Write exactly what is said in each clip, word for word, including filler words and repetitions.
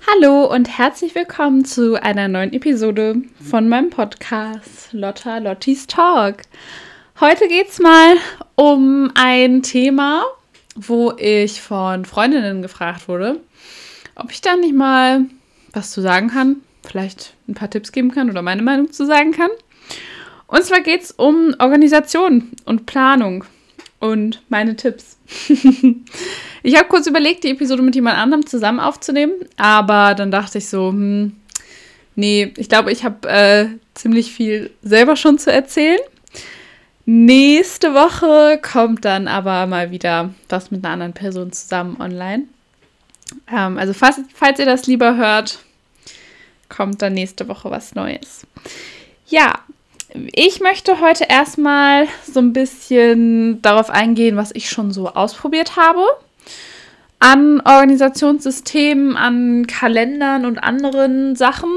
Hallo und herzlich willkommen zu einer neuen Episode von meinem Podcast Lotta Lottis Talk. Heute geht's mal um ein Thema, wo ich von Freundinnen gefragt wurde, ob ich da nicht mal was zu sagen kann, vielleicht ein paar Tipps geben kann oder meine Meinung zu sagen kann. Und zwar geht's um Organisation und Planung und meine Tipps. Ich habe kurz überlegt, die Episode mit jemand anderem zusammen aufzunehmen, aber dann dachte ich so, hm, nee, ich glaube, ich habe äh, ziemlich viel selber schon zu erzählen. Nächste Woche kommt dann aber mal wieder was mit einer anderen Person zusammen online. Ähm, also falls, falls ihr das lieber hört, kommt dann nächste Woche was Neues. Ja, ich möchte heute erstmal so ein bisschen darauf eingehen, was ich schon so ausprobiert habe. An Organisationssystemen, an Kalendern und anderen Sachen.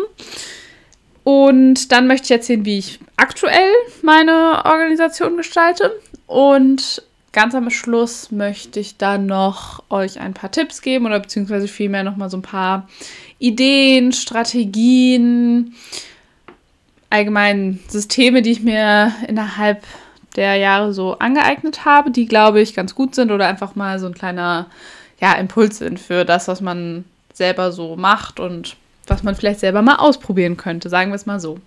Und dann möchte ich erzählen, wie ich aktuell meine Organisation gestalte. Und ganz am Schluss möchte ich dann noch euch ein paar Tipps geben oder beziehungsweise vielmehr nochmal so ein paar Ideen, Strategien, allgemein Systeme, die ich mir innerhalb der Jahre so angeeignet habe, die, glaube ich, ganz gut sind oder einfach mal so ein kleiner ja, Impuls sind für das, was man selber so macht und was man vielleicht selber mal ausprobieren könnte, sagen wir es mal so.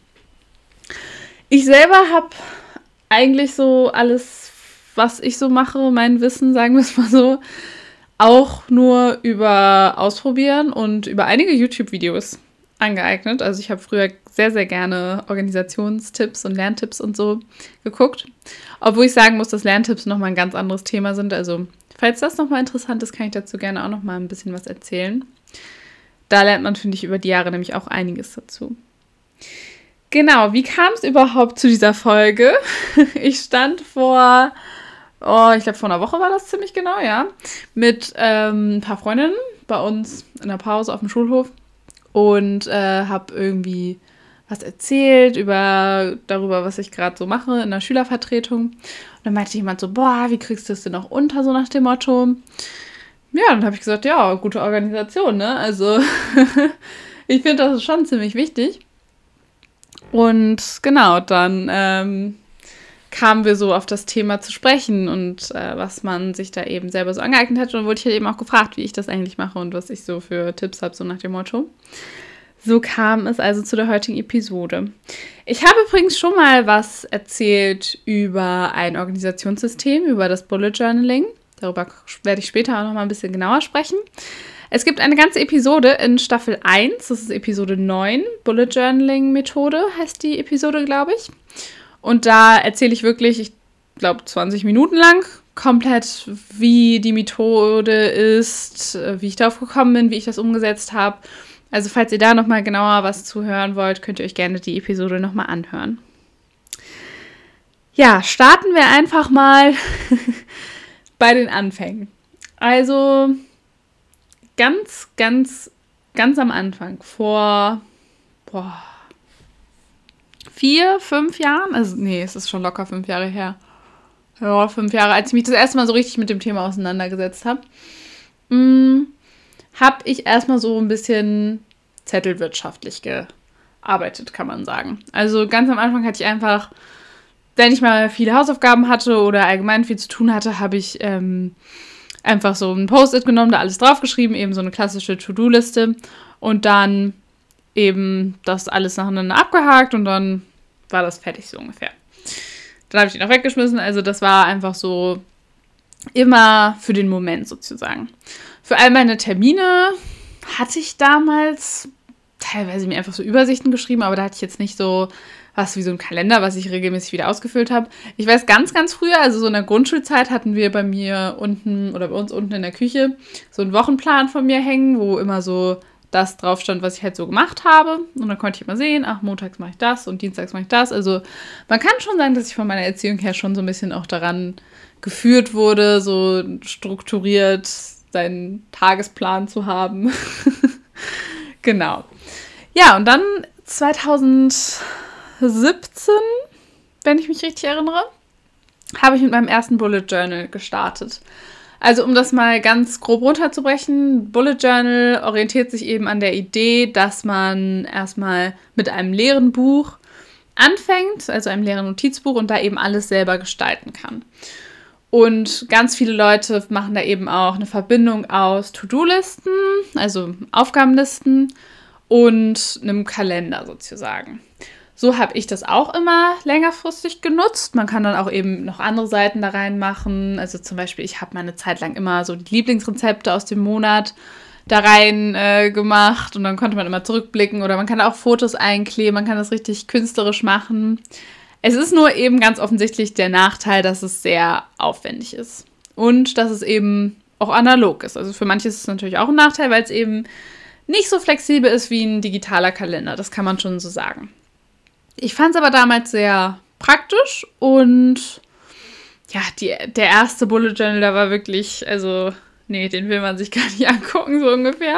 Ich selber habe eigentlich so alles, was ich so mache, mein Wissen, sagen wir es mal so, auch nur über Ausprobieren und über einige YouTube-Videos angeeignet. Also ich habe früher sehr, sehr gerne Organisationstipps und Lerntipps und so geguckt. Obwohl ich sagen muss, dass Lerntipps nochmal ein ganz anderes Thema sind. Also falls das nochmal interessant ist, kann ich dazu gerne auch nochmal ein bisschen was erzählen. Da lernt man, finde ich, über die Jahre nämlich auch einiges dazu. Genau, wie kam es überhaupt zu dieser Folge? Ich stand vor, oh, ich glaube vor einer Woche war das ziemlich genau, ja, mit ähm, ein paar Freundinnen bei uns in der Pause auf dem Schulhof und äh, habe irgendwie was erzählt über darüber, was ich gerade so mache in der Schülervertretung. Und dann meinte jemand so, boah, wie kriegst du das denn noch unter, so nach dem Motto. Ja, dann habe ich gesagt, ja, gute Organisation, ne? Also ich finde, das ist schon ziemlich wichtig. Und genau, dann ähm, kamen wir so auf das Thema zu sprechen und äh, was man sich da eben selber so angeeignet hat. Und dann wurde ich halt eben auch gefragt, wie ich das eigentlich mache und was ich so für Tipps habe, so nach dem Motto. So kam es also zu der heutigen Episode. Ich habe übrigens schon mal was erzählt über ein Organisationssystem, über das Bullet Journaling. Darüber werde ich später auch noch mal ein bisschen genauer sprechen. Es gibt eine ganze Episode in Staffel eins, das ist Episode neun, Bullet Journaling Methode heißt die Episode, glaube ich. Und da erzähle ich wirklich, ich glaube, zwanzig Minuten lang komplett, wie die Methode ist, wie ich darauf gekommen bin, wie ich das umgesetzt habe. Also falls ihr da nochmal genauer was zuhören wollt, könnt ihr euch gerne die Episode nochmal anhören. Ja, starten wir einfach mal bei den Anfängen. Also ganz, ganz, ganz am Anfang, vor boah, vier, fünf Jahren, also nee, es ist schon locker fünf Jahre her. Ja, fünf Jahre, als ich mich das erste Mal so richtig mit dem Thema auseinandergesetzt habe, mh, habe ich erstmal so ein bisschen zettelwirtschaftlich gearbeitet, kann man sagen. Also ganz am Anfang hatte ich einfach, wenn ich mal viele Hausaufgaben hatte oder allgemein viel zu tun hatte, habe ich ähm, einfach so ein Post-it genommen, da alles draufgeschrieben, eben so eine klassische To-Do-Liste und dann eben das alles nacheinander abgehakt und dann war das fertig so ungefähr. Dann habe ich ihn auch weggeschmissen, also das war einfach so immer für den Moment sozusagen. Für all meine Termine hatte ich damals teilweise mir einfach so Übersichten geschrieben, aber da hatte ich jetzt nicht so was wie so ein Kalender, was ich regelmäßig wieder ausgefüllt habe. Ich weiß, ganz, ganz früher, also so in der Grundschulzeit, hatten wir bei mir unten oder bei uns unten in der Küche so einen Wochenplan von mir hängen, wo immer so das drauf stand, was ich halt so gemacht habe. Und dann konnte ich immer sehen, ach, montags mache ich das und dienstags mache ich das. Also man kann schon sagen, dass ich von meiner Erziehung her schon so ein bisschen auch daran geführt wurde, so strukturiert seinen Tagesplan zu haben. Genau. Ja, und dann zweitausendsiebzehn, wenn ich mich richtig erinnere, habe ich mit meinem ersten Bullet Journal gestartet. Also um das mal ganz grob runterzubrechen, Bullet Journal orientiert sich eben an der Idee, dass man erstmal mit einem leeren Buch anfängt, also einem leeren Notizbuch, und da eben alles selber gestalten kann. Und ganz viele Leute machen da eben auch eine Verbindung aus To-Do-Listen, also Aufgabenlisten, und einem Kalender sozusagen. So habe ich das auch immer längerfristig genutzt. Man kann dann auch eben noch andere Seiten da reinmachen. Also zum Beispiel, ich habe mal eine Zeit lang immer so die Lieblingsrezepte aus dem Monat da rein äh, gemacht und dann konnte man immer zurückblicken oder man kann auch Fotos einkleben, man kann das richtig künstlerisch machen. Es ist nur eben ganz offensichtlich der Nachteil, dass es sehr aufwendig ist und dass es eben auch analog ist. Also für manche ist es natürlich auch ein Nachteil, weil es eben nicht so flexibel ist wie ein digitaler Kalender. Das kann man schon so sagen. Ich fand es aber damals sehr praktisch und ja, die, der erste Bullet Journal, da war wirklich, also nee, den will man sich gar nicht angucken, so ungefähr.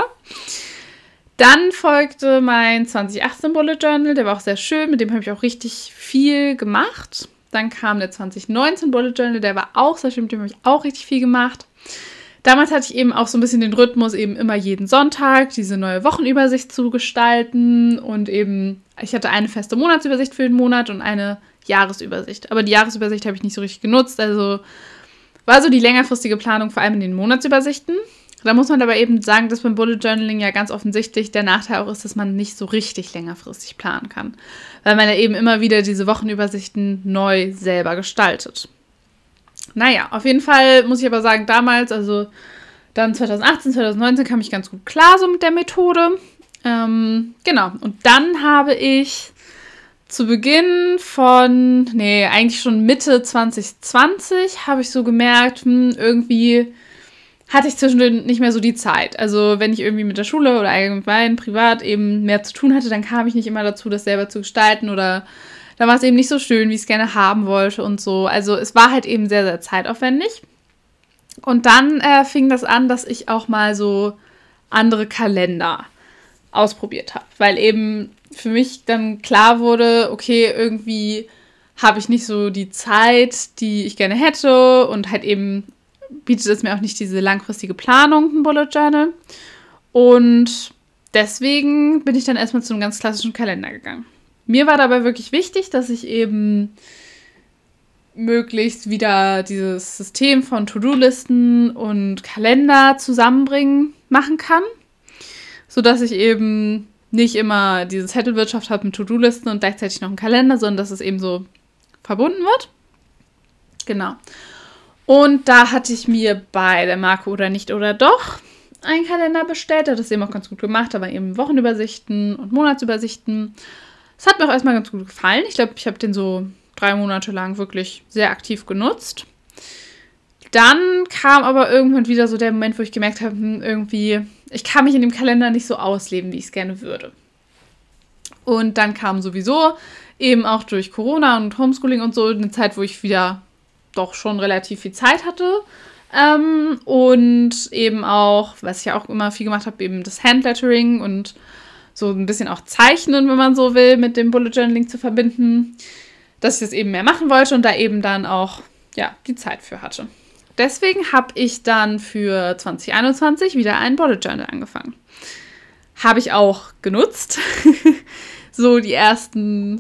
Dann folgte mein zwanzig achtzehn Bullet Journal, der war auch sehr schön, mit dem habe ich auch richtig viel gemacht. Dann kam der zwanzig neunzehn Bullet Journal, der war auch sehr schön, mit dem habe ich auch richtig viel gemacht. Damals hatte ich eben auch so ein bisschen den Rhythmus, eben immer jeden Sonntag diese neue Wochenübersicht zu gestalten und eben, ich hatte eine feste Monatsübersicht für den Monat und eine Jahresübersicht. Aber die Jahresübersicht habe ich nicht so richtig genutzt, also war so die längerfristige Planung vor allem in den Monatsübersichten. Da muss man aber eben sagen, dass beim Bullet Journaling ja ganz offensichtlich der Nachteil auch ist, dass man nicht so richtig längerfristig planen kann. Weil man ja eben immer wieder diese Wochenübersichten neu selber gestaltet. Naja, auf jeden Fall muss ich aber sagen, damals, also dann zwanzig achtzehn, zwanzig neunzehn kam ich ganz gut klar so mit der Methode. Ähm, genau, und dann habe ich zu Beginn von, nee, eigentlich schon Mitte zwanzig zwanzig habe ich so gemerkt, hm, irgendwie hatte ich zwischendurch nicht mehr so die Zeit. Also wenn ich irgendwie mit der Schule oder allgemein privat eben mehr zu tun hatte, dann kam ich nicht immer dazu, das selber zu gestalten oder dann war es eben nicht so schön, wie ich es gerne haben wollte und so. Also es war halt eben sehr, sehr zeitaufwendig. Und dann äh, fing das an, dass ich auch mal so andere Kalender ausprobiert habe, weil eben für mich dann klar wurde, okay, irgendwie habe ich nicht so die Zeit, die ich gerne hätte und halt eben bietet es mir auch nicht diese langfristige Planung, ein Bullet Journal. Und deswegen bin ich dann erstmal zu einem ganz klassischen Kalender gegangen. Mir war dabei wirklich wichtig, dass ich eben möglichst wieder dieses System von To-Do-Listen und Kalender zusammenbringen machen kann, sodass ich eben nicht immer diese Zettelwirtschaft habe mit To-Do-Listen und gleichzeitig noch einen Kalender, sondern dass es eben so verbunden wird. Genau. Und da hatte ich mir bei der Marke Oder Nicht oder Doch einen Kalender bestellt. Der hat das eben auch ganz gut gemacht. Da waren eben Wochenübersichten und Monatsübersichten. Das hat mir auch erstmal ganz gut gefallen. Ich glaube, ich habe den so drei Monate lang wirklich sehr aktiv genutzt. Dann kam aber irgendwann wieder so der Moment, wo ich gemerkt habe, irgendwie, ich kann mich in dem Kalender nicht so ausleben, wie ich es gerne würde. Und dann kam sowieso eben auch durch Corona und Homeschooling und so eine Zeit, wo ich wieder doch schon relativ viel Zeit hatte. Ähm, und eben auch, was ich auch immer viel gemacht habe, eben das Handlettering und so ein bisschen auch Zeichnen, wenn man so will, mit dem Bullet Journaling zu verbinden, dass ich das eben mehr machen wollte und da eben dann auch ja, die Zeit für hatte. Deswegen habe ich dann für zwanzig einundzwanzig wieder ein Bullet Journal angefangen. Habe ich auch genutzt. So die ersten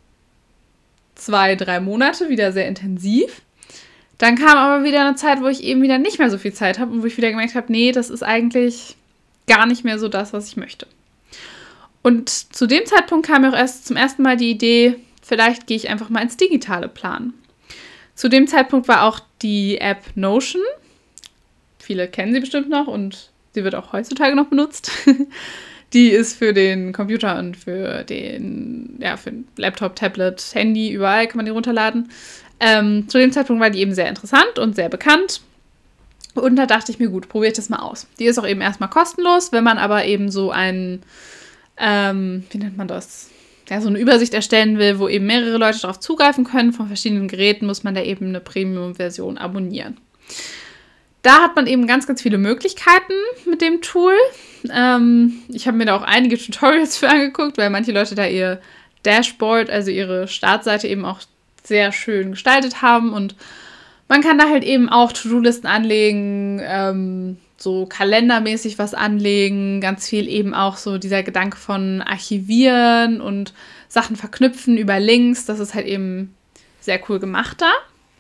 zwei, drei Monate wieder sehr intensiv. Dann kam aber wieder eine Zeit, wo ich eben wieder nicht mehr so viel Zeit habe und wo ich wieder gemerkt habe, nee, das ist eigentlich gar nicht mehr so das, was ich möchte. Und zu dem Zeitpunkt kam mir auch erst zum ersten Mal die Idee, vielleicht gehe ich einfach mal ins digitale Planen. Zu dem Zeitpunkt war auch die App Notion. Viele kennen sie bestimmt noch und sie wird auch heutzutage noch benutzt. Die ist für den Computer und für den, ja, für den Laptop, Tablet, Handy, überall kann man die runterladen. Ähm, zu dem Zeitpunkt war die eben sehr interessant und sehr bekannt. Und da dachte ich mir, gut, probiere ich das mal aus. Die ist auch eben erstmal kostenlos, wenn man aber eben so ein, ähm, wie nennt man das? Ja, so eine Übersicht erstellen will, wo eben mehrere Leute darauf zugreifen können. Von verschiedenen Geräten muss man da eben eine Premium-Version abonnieren. Da hat man eben ganz, ganz viele Möglichkeiten mit dem Tool. Ähm, ich habe mir da auch einige Tutorials für angeguckt, weil manche Leute da ihr Dashboard, also ihre Startseite eben auch sehr schön gestaltet haben und Man kann da halt eben auch To-Do-Listen anlegen, ähm, so kalendermäßig was anlegen, ganz viel eben auch so dieser Gedanke von Archivieren und Sachen verknüpfen über Links, das ist halt eben sehr cool gemacht da.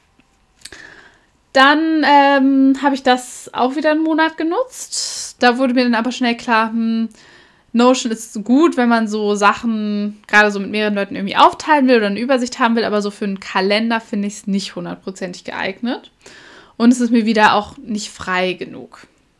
Dann ähm, habe ich das auch wieder einen Monat genutzt. Da wurde mir dann aber schnell klar, hm, Notion ist gut, wenn man so Sachen gerade so mit mehreren Leuten irgendwie aufteilen will oder eine Übersicht haben will, aber so für einen Kalender finde ich es nicht hundertprozentig geeignet. Und es ist mir wieder auch nicht frei genug.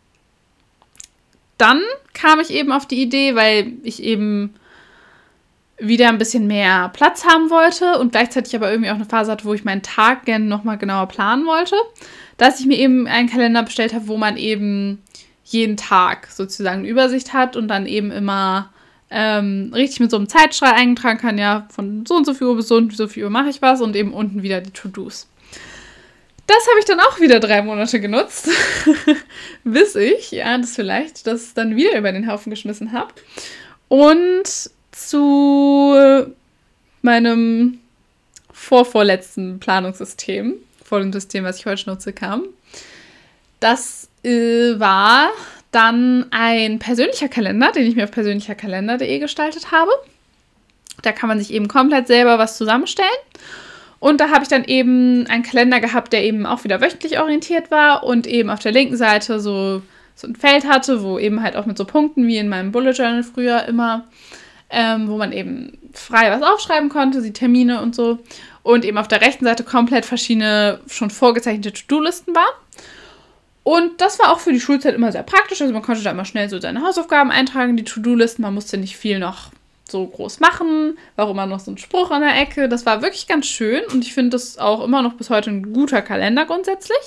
Dann kam ich eben auf die Idee, weil ich eben wieder ein bisschen mehr Platz haben wollte und gleichzeitig aber irgendwie auch eine Phase hatte, wo ich meinen Tag gerne nochmal genauer planen wollte, dass ich mir eben einen Kalender bestellt habe, wo man eben jeden Tag sozusagen eine Übersicht hat und dann eben immer ähm, richtig mit so einem Zeitstrahl eingetragen kann, ja, von so und so viel Uhr bis so und so viel Uhr mache ich was und eben unten wieder die To-Dos. Das habe ich dann auch wieder drei Monate genutzt, bis ich, ja, das vielleicht, das dann wieder über den Haufen geschmissen habe. Und zu meinem vorvorletzten Planungssystem, vor dem System, was ich heute nutze, kam. Das äh, war dann ein persönlicher Kalender, den ich mir auf persönlicherkalender punkt de gestaltet habe. Da kann man sich eben komplett selber was zusammenstellen. Und da habe ich dann eben einen Kalender gehabt, der eben auch wieder wöchentlich orientiert war und eben auf der linken Seite so, so ein Feld hatte, wo eben halt auch mit so Punkten wie in meinem Bullet Journal früher immer, ähm, wo man eben frei was aufschreiben konnte, die Termine und so. Und eben auf der rechten Seite komplett verschiedene schon vorgezeichnete To-Do-Listen waren. Und das war auch für die Schulzeit immer sehr praktisch. Also man konnte da immer schnell so seine Hausaufgaben eintragen, die To-Do-Listen. Man musste nicht viel noch so groß machen. War immer noch so ein Spruch an der Ecke. Das war wirklich ganz schön. Und ich finde das auch immer noch bis heute ein guter Kalender grundsätzlich.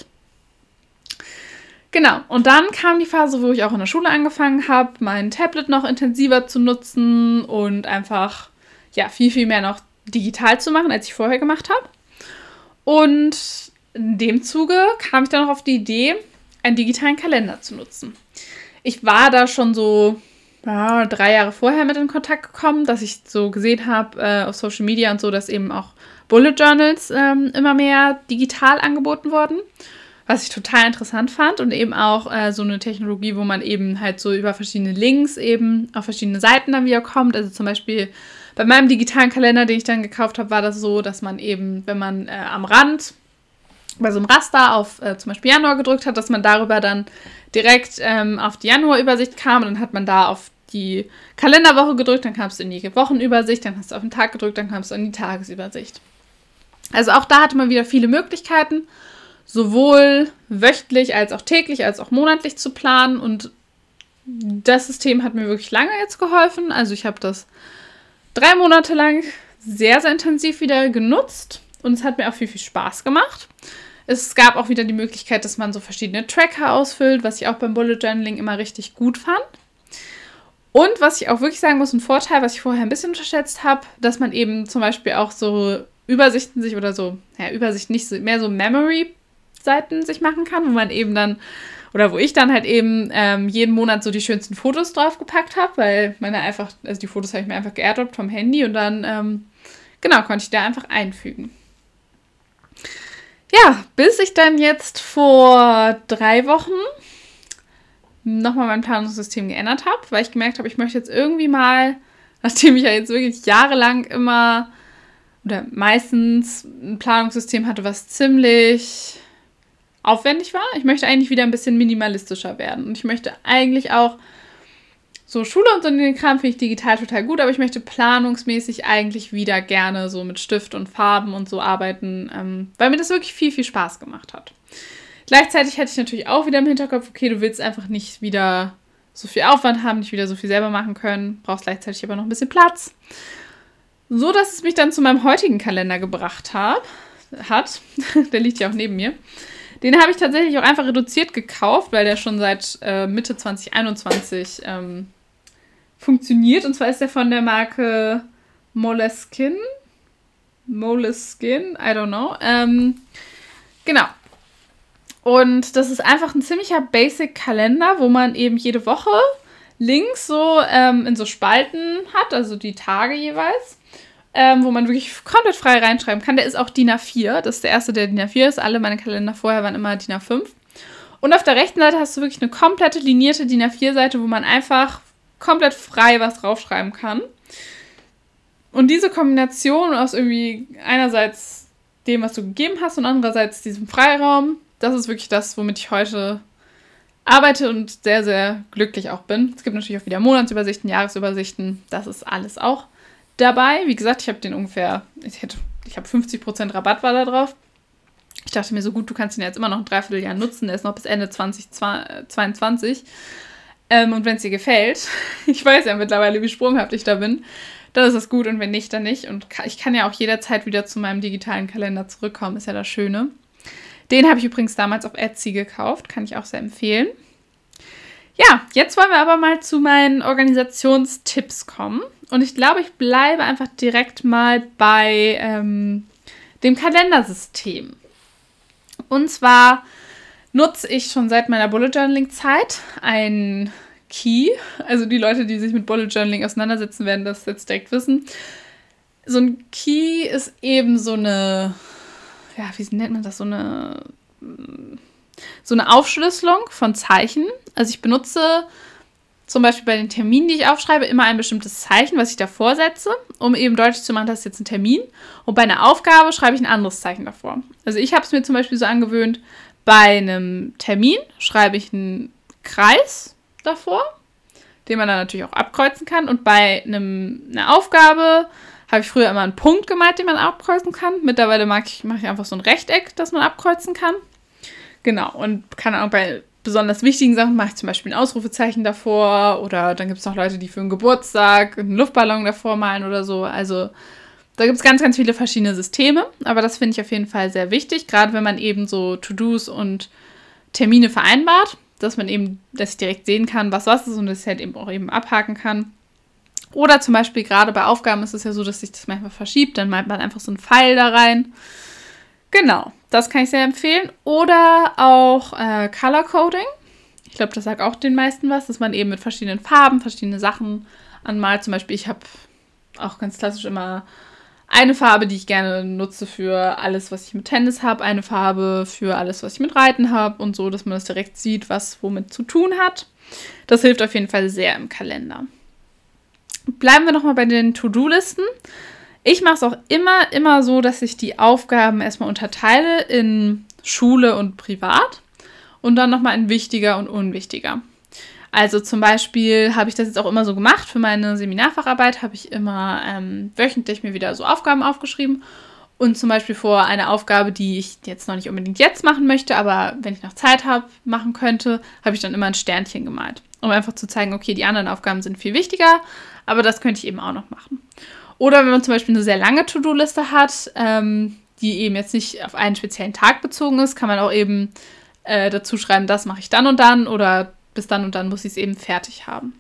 Genau. Und dann kam die Phase, wo ich auch in der Schule angefangen habe, mein Tablet noch intensiver zu nutzen und einfach ja viel, viel mehr noch digital zu machen, als ich vorher gemacht habe. Und in dem Zuge kam ich dann noch auf die Idee, einen digitalen Kalender zu nutzen. Ich war da schon so ja, drei Jahre vorher mit in Kontakt gekommen, dass ich so gesehen habe äh, auf Social Media und so, dass eben auch Bullet Journals ähm, immer mehr digital angeboten wurden, was ich total interessant fand und eben auch äh, so eine Technologie, wo man eben halt so über verschiedene Links eben auf verschiedene Seiten dann wieder kommt. Also zum Beispiel bei meinem digitalen Kalender, den ich dann gekauft habe, war das so, dass man eben, wenn man äh, am Rand bei so einem Raster auf äh, zum Beispiel Januar gedrückt hat, dass man darüber dann direkt ähm, auf die Januarübersicht kam und dann hat man da auf die Kalenderwoche gedrückt, dann kamst du in die Wochenübersicht, dann hast du auf den Tag gedrückt, dann kamst du in die Tagesübersicht. Also auch da hatte man wieder viele Möglichkeiten, sowohl wöchentlich als auch täglich als auch monatlich zu planen und das System hat mir wirklich lange jetzt geholfen. Also ich habe das drei Monate lang sehr, sehr intensiv wieder genutzt und es hat mir auch viel, viel Spaß gemacht. Es gab auch wieder die Möglichkeit, dass man so verschiedene Tracker ausfüllt, was ich auch beim Bullet Journaling immer richtig gut fand. Und was ich auch wirklich sagen muss, ein Vorteil, was ich vorher ein bisschen unterschätzt habe, dass man eben zum Beispiel auch so Übersichten sich oder so, ja, Übersicht nicht so, mehr so Memory-Seiten sich machen kann, wo man eben dann, oder wo ich dann halt eben ähm, jeden Monat so die schönsten Fotos draufgepackt habe, weil meine einfach, also die Fotos habe ich mir einfach geairdroppt vom Handy und dann, ähm, genau, konnte ich da einfach einfügen. Ja, bis ich dann jetzt vor drei Wochen nochmal mein Planungssystem geändert habe, weil ich gemerkt habe, ich möchte jetzt irgendwie mal, nachdem ich ja jetzt wirklich jahrelang immer oder meistens ein Planungssystem hatte, was ziemlich aufwendig war, ich möchte eigentlich wieder ein bisschen minimalistischer werden. Und ich möchte eigentlich auch so Schule und so den Kram finde ich digital total gut, aber ich möchte planungsmäßig eigentlich wieder gerne so mit Stift und Farben und so arbeiten, ähm, weil mir das wirklich viel, viel Spaß gemacht hat. Gleichzeitig hatte ich natürlich auch wieder im Hinterkopf, okay, du willst einfach nicht wieder so viel Aufwand haben, nicht wieder so viel selber machen können, brauchst gleichzeitig aber noch ein bisschen Platz. So, dass es mich dann zu meinem heutigen Kalender gebracht hab, hat. Der liegt ja auch neben mir. Den habe ich tatsächlich auch einfach reduziert gekauft, weil der schon seit äh, Mitte zwanzig einundzwanzig ähm, funktioniert. Und zwar ist der von der Marke Moleskine. Moleskine, I don't know. Ähm, genau. Und das ist einfach ein ziemlicher Basic-Kalender, wo man eben jede Woche links so ähm, in so Spalten hat, also die Tage jeweils. ähm, wo man wirklich komplett frei reinschreiben kann. Der ist auch D I N A vier. Das ist der erste, der D I N A vier ist. Alle meine Kalender vorher waren immer D I N A fünf. Und auf der rechten Seite hast du wirklich eine komplette linierte D I N A vier Seite, wo man einfach komplett frei was draufschreiben kann. Und diese Kombination aus irgendwie einerseits dem, was du gegeben hast und andererseits diesem Freiraum, das ist wirklich das, womit ich heute arbeite und sehr, sehr glücklich auch bin. Es gibt natürlich auch wieder Monatsübersichten, Jahresübersichten, das ist alles auch dabei. Wie gesagt, ich habe den ungefähr, ich hätte, ich habe fünfzig Prozent Rabatt war da drauf. Ich dachte mir so, gut, du kannst ihn jetzt immer noch ein Dreivierteljahr nutzen, der ist noch bis Ende zwanzig zweiundzwanzig. Ähm, und wenn es dir gefällt, ich weiß ja mittlerweile, wie sprunghaft ich da bin, dann ist das gut und wenn nicht, dann nicht. Und ich kann ja auch jederzeit wieder zu meinem digitalen Kalender zurückkommen, ist ja das Schöne. Den habe ich übrigens damals auf Etsy gekauft, kann ich auch sehr empfehlen. Ja, jetzt wollen wir aber mal zu meinen Organisationstipps kommen. Und ich glaube, ich bleibe einfach direkt mal bei ähm, dem Kalendersystem. Und zwar nutze ich schon seit meiner Bullet Journaling-Zeit ein Key. Also die Leute, die sich mit Bullet Journaling auseinandersetzen, werden das jetzt direkt wissen. So ein Key ist eben so eine, ja, wie nennt man das, so eine, so eine Aufschlüsselung von Zeichen. Also ich benutze zum Beispiel bei den Terminen, die ich aufschreibe, immer ein bestimmtes Zeichen, was ich davor setze, um eben deutlich zu machen, das ist jetzt ein Termin. Und bei einer Aufgabe schreibe ich ein anderes Zeichen davor. Also ich habe es mir zum Beispiel so angewöhnt, bei einem Termin schreibe ich einen Kreis davor, den man dann natürlich auch abkreuzen kann. Und bei einem, einer Aufgabe habe ich früher immer einen Punkt gemalt, den man abkreuzen kann. Mittlerweile mag ich, mache ich einfach so ein Rechteck, das man abkreuzen kann. Genau, und kann auch bei besonders wichtigen Sachen mache ich zum Beispiel ein Ausrufezeichen davor. Oder dann gibt es noch Leute, die für einen Geburtstag einen Luftballon davor malen oder so. Also da gibt es ganz, ganz viele verschiedene Systeme. Aber das finde ich auf jeden Fall sehr wichtig, gerade wenn man eben so To-Dos und Termine vereinbart, dass man eben, dass ich direkt sehen kann, was was ist und das halt eben auch eben abhaken kann. Oder zum Beispiel gerade bei Aufgaben ist es ja so, dass sich das manchmal verschiebt, dann malt man einfach so einen Pfeil da rein. Genau, das kann ich sehr empfehlen. Oder auch äh, Color Coding. Ich glaube, das sagt auch den meisten was, dass man eben mit verschiedenen Farben verschiedene Sachen anmalt. Zum Beispiel, ich habe auch ganz klassisch immer eine Farbe, die ich gerne nutze für alles, was ich mit Tennis habe, eine Farbe für alles, was ich mit Reiten habe und so, dass man das direkt sieht, was womit zu tun hat. Das hilft auf jeden Fall sehr im Kalender. Bleiben wir nochmal bei den To-Do-Listen. Ich mache es auch immer, immer so, dass ich die Aufgaben erstmal unterteile in Schule und Privat und dann nochmal in wichtiger und unwichtiger. Also zum Beispiel habe ich das jetzt auch immer so gemacht. Für meine Seminarfacharbeit habe ich immer ähm, wöchentlich mir wieder so Aufgaben aufgeschrieben. Und zum Beispiel vor einer Aufgabe, die ich jetzt noch nicht unbedingt jetzt machen möchte, aber wenn ich noch Zeit habe, machen könnte, habe ich dann immer ein Sternchen gemalt. Um einfach zu zeigen, okay, die anderen Aufgaben sind viel wichtiger, aber das könnte ich eben auch noch machen. Oder wenn man zum Beispiel eine sehr lange To-Do-Liste hat, ähm, die eben jetzt nicht auf einen speziellen Tag bezogen ist, kann man auch eben äh, dazu schreiben, das mache ich dann und dann oder bis dann und dann muss ich es eben fertig haben.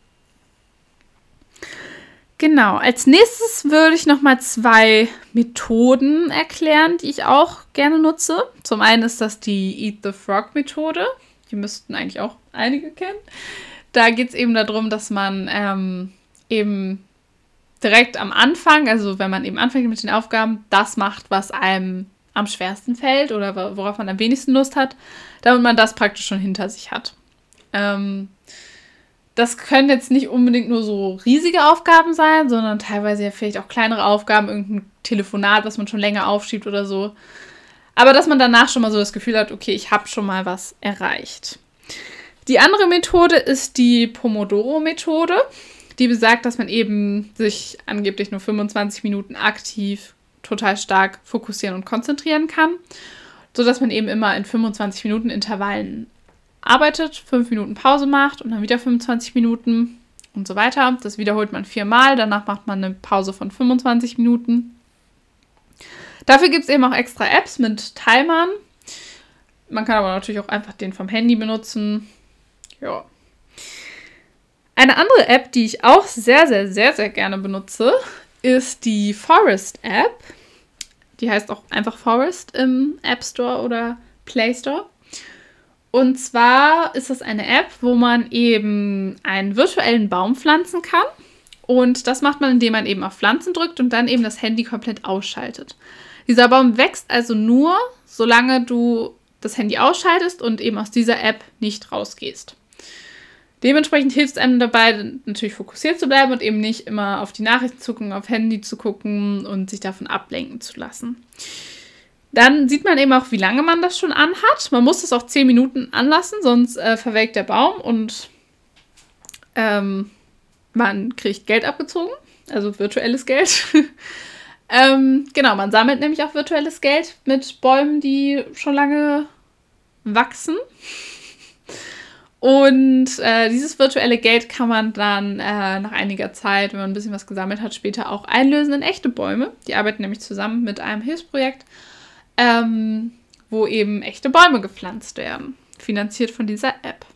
Genau, als nächstes würde ich nochmal zwei Methoden erklären, die ich auch gerne nutze. Zum einen ist das die Eat the Frog Methode. Die müssten eigentlich auch einige kennen. Da geht es eben darum, dass man ähm, eben direkt am Anfang, also wenn man eben anfängt mit den Aufgaben, das macht, was einem am schwersten fällt oder worauf man am wenigsten Lust hat, damit man das praktisch schon hinter sich hat. Ähm, das können jetzt nicht unbedingt nur so riesige Aufgaben sein, sondern teilweise ja vielleicht auch kleinere Aufgaben, irgendein Telefonat, was man schon länger aufschiebt oder so. Aber dass man danach schon mal so das Gefühl hat, okay, ich habe schon mal was erreicht. Die andere Methode ist die Pomodoro-Methode. Die besagt, dass man eben sich angeblich nur fünfundzwanzig Minuten aktiv total stark fokussieren und konzentrieren kann, sodass man eben immer in fünfundzwanzig Minuten Intervallen arbeitet, fünf Minuten Pause macht und dann wieder fünfundzwanzig Minuten und so weiter. Das wiederholt man viermal, danach macht man eine Pause von fünfundzwanzig Minuten. Dafür gibt es eben auch extra Apps mit Timern. Man kann aber natürlich auch einfach den vom Handy benutzen. Ja. Eine andere App, die ich auch sehr, sehr, sehr, sehr gerne benutze, ist die Forest App. Die heißt auch einfach Forest im App Store oder Play Store. Und zwar ist das eine App, wo man eben einen virtuellen Baum pflanzen kann Und das macht man, indem man eben auf Pflanzen drückt und dann eben das Handy komplett ausschaltet. Dieser Baum wächst also nur, solange du das Handy ausschaltest und eben aus dieser App nicht rausgehst. Dementsprechend hilft es einem dabei, natürlich fokussiert zu bleiben und eben nicht immer auf die Nachrichten zu gucken, auf Handy zu gucken und sich davon ablenken zu lassen. Dann sieht man eben auch, wie lange man das schon anhat. Man muss das auch zehn Minuten anlassen, sonst äh, verwelkt der Baum und ähm, man kriegt Geld abgezogen, also virtuelles Geld. ähm, genau, man sammelt nämlich auch virtuelles Geld mit Bäumen, die schon lange wachsen. Und äh, dieses virtuelle Geld kann man dann äh, nach einiger Zeit, wenn man ein bisschen was gesammelt hat, später auch einlösen in echte Bäume. Die arbeiten nämlich zusammen mit einem Hilfsprojekt, ähm, wo eben echte Bäume gepflanzt werden, finanziert von dieser App.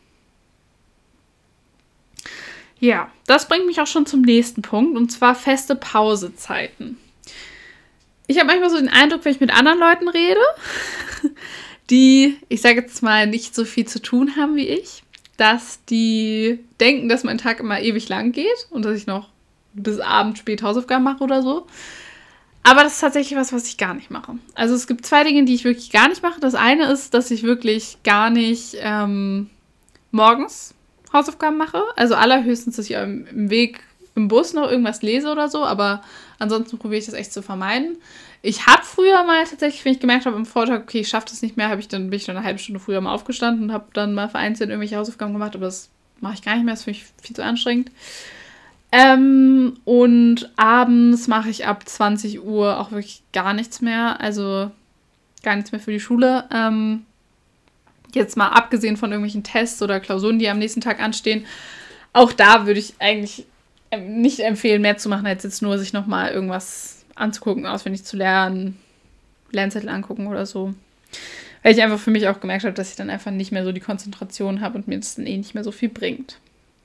Ja, das bringt mich auch schon zum nächsten Punkt, und zwar feste Pausezeiten. Ich habe manchmal so den Eindruck, wenn ich mit anderen Leuten rede, die, ich sage jetzt mal, nicht so viel zu tun haben wie ich, dass die denken, dass mein Tag immer ewig lang geht und dass ich noch bis abends spät Hausaufgaben mache oder so. Aber das ist tatsächlich was, was ich gar nicht mache. Also es gibt zwei Dinge, die ich wirklich gar nicht mache. Das eine ist, dass ich wirklich gar nicht ähm, morgens Hausaufgaben mache. Also allerhöchstens, dass ich im Weg im Bus noch irgendwas lese oder so. Aber ansonsten probiere ich das echt zu vermeiden. Ich habe früher mal tatsächlich, wenn ich gemerkt habe am Vortag, okay, ich schaffe das nicht mehr, habe ich dann, bin ich dann eine halbe Stunde früher mal aufgestanden und habe dann mal vereinzelt irgendwelche Hausaufgaben gemacht. Aber das mache ich gar nicht mehr. Das finde ich viel zu anstrengend. Ähm, und abends mache ich ab zwanzig Uhr auch wirklich gar nichts mehr. Also gar nichts mehr für die Schule. Ähm, jetzt mal abgesehen von irgendwelchen Tests oder Klausuren, die am nächsten Tag anstehen. Auch da würde ich eigentlich nicht empfehlen, mehr zu machen, als jetzt nur sich nochmal irgendwas anzugucken, auswendig zu lernen, Lernzettel angucken oder so. Weil ich einfach für mich auch gemerkt habe, dass ich dann einfach nicht mehr so die Konzentration habe und mir das dann eh nicht mehr so viel bringt.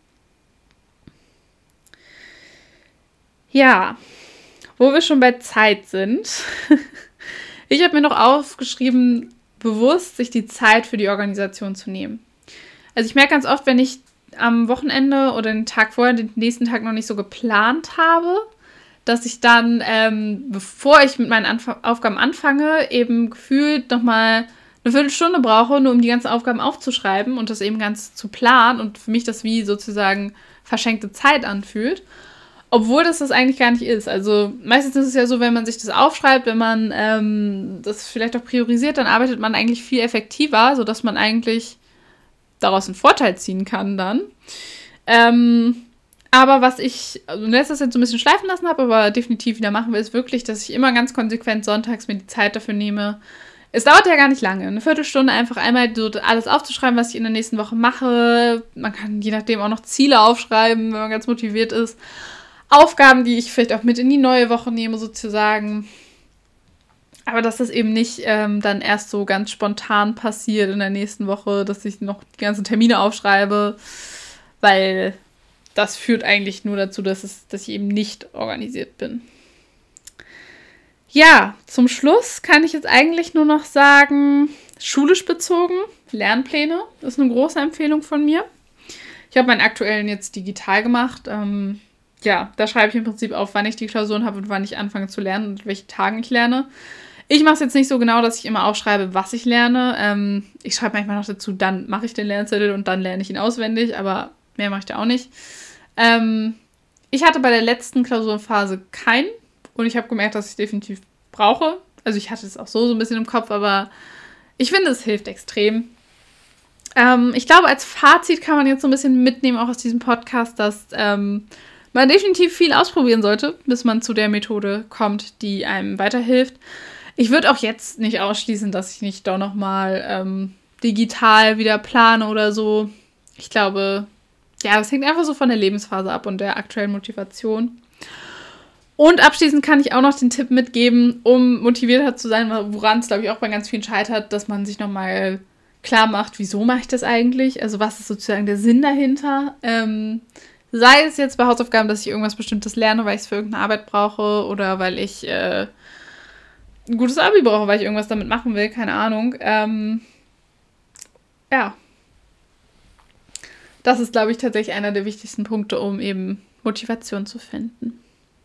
Ja, wo wir schon bei Zeit sind. Ich habe mir noch aufgeschrieben, bewusst sich die Zeit für die Organisation zu nehmen. Also ich merke ganz oft, wenn ich am Wochenende oder den Tag vorher, den nächsten Tag noch nicht so geplant habe, dass ich dann, ähm, bevor ich mit meinen Anf- Aufgaben anfange, eben gefühlt nochmal eine Viertelstunde brauche, nur um die ganzen Aufgaben aufzuschreiben und das eben ganz zu planen und für mich das wie sozusagen verschenkte Zeit anfühlt. Obwohl das das eigentlich gar nicht ist. Also meistens ist es ja so, wenn man sich das aufschreibt, wenn man ähm, das vielleicht auch priorisiert, dann arbeitet man eigentlich viel effektiver, sodass man eigentlich daraus einen Vorteil ziehen kann dann. Ähm, aber was ich, also letztes jetzt so ein bisschen schleifen lassen habe, aber definitiv wieder machen will, ist wirklich, dass ich immer ganz konsequent sonntags mir die Zeit dafür nehme. Es dauert ja gar nicht lange. Eine Viertelstunde einfach einmal so alles aufzuschreiben, was ich in der nächsten Woche mache. Man kann je nachdem auch noch Ziele aufschreiben, wenn man ganz motiviert ist. Aufgaben, die ich vielleicht auch mit in die neue Woche nehme, sozusagen. Aber dass das eben nicht ähm, dann erst so ganz spontan passiert in der nächsten Woche, dass ich noch die ganzen Termine aufschreibe, weil das führt eigentlich nur dazu, dass, es, dass ich eben nicht organisiert bin. Ja, zum Schluss kann ich jetzt eigentlich nur noch sagen, schulisch bezogen, Lernpläne ist eine große Empfehlung von mir. Ich habe meinen aktuellen jetzt digital gemacht. Ähm, ja, da schreibe ich im Prinzip auf, wann ich die Klausuren habe und wann ich anfange zu lernen und welche Tagen ich lerne. Ich mache es jetzt nicht so genau, dass ich immer aufschreibe, was ich lerne. Ähm, ich schreibe manchmal noch dazu, dann mache ich den Lernzettel und dann lerne ich ihn auswendig, aber mehr mache ich da auch nicht. Ähm, ich hatte bei der letzten Klausurenphase keinen und ich habe gemerkt, dass ich es definitiv brauche. Also ich hatte es auch so, so ein bisschen im Kopf, aber ich finde, es hilft extrem. Ähm, ich glaube, als Fazit kann man jetzt so ein bisschen mitnehmen, auch aus diesem Podcast, dass ähm, man definitiv viel ausprobieren sollte, bis man zu der Methode kommt, die einem weiterhilft. Ich würde auch jetzt nicht ausschließen, dass ich nicht doch nochmal ähm, digital wieder plane oder so. Ich glaube, ja, das hängt einfach so von der Lebensphase ab und der aktuellen Motivation. Und abschließend kann ich auch noch den Tipp mitgeben, um motivierter zu sein, woran es, glaube ich, auch bei ganz vielen scheitert, dass man sich nochmal klar macht, wieso mache ich das eigentlich? Also was ist sozusagen der Sinn dahinter? Ähm, sei es jetzt bei Hausaufgaben, dass ich irgendwas Bestimmtes lerne, weil ich es für irgendeine Arbeit brauche oder weil ich äh, ein gutes Abi brauche, weil ich irgendwas damit machen will, keine Ahnung. Ähm, ja. Das ist, glaube ich, tatsächlich einer der wichtigsten Punkte, um eben Motivation zu finden.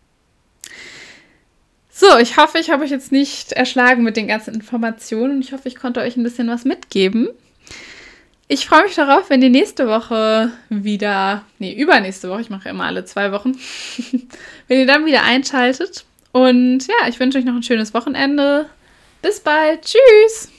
So, ich hoffe, ich habe euch jetzt nicht erschlagen mit den ganzen Informationen. Ich hoffe, ich konnte euch ein bisschen was mitgeben. Ich freue mich darauf, wenn ihr nächste Woche wieder, nee, übernächste Woche, ich mache ja immer alle zwei Wochen, wenn ihr dann wieder einschaltet. Und ja, ich wünsche euch noch ein schönes Wochenende. Bis bald. Tschüss.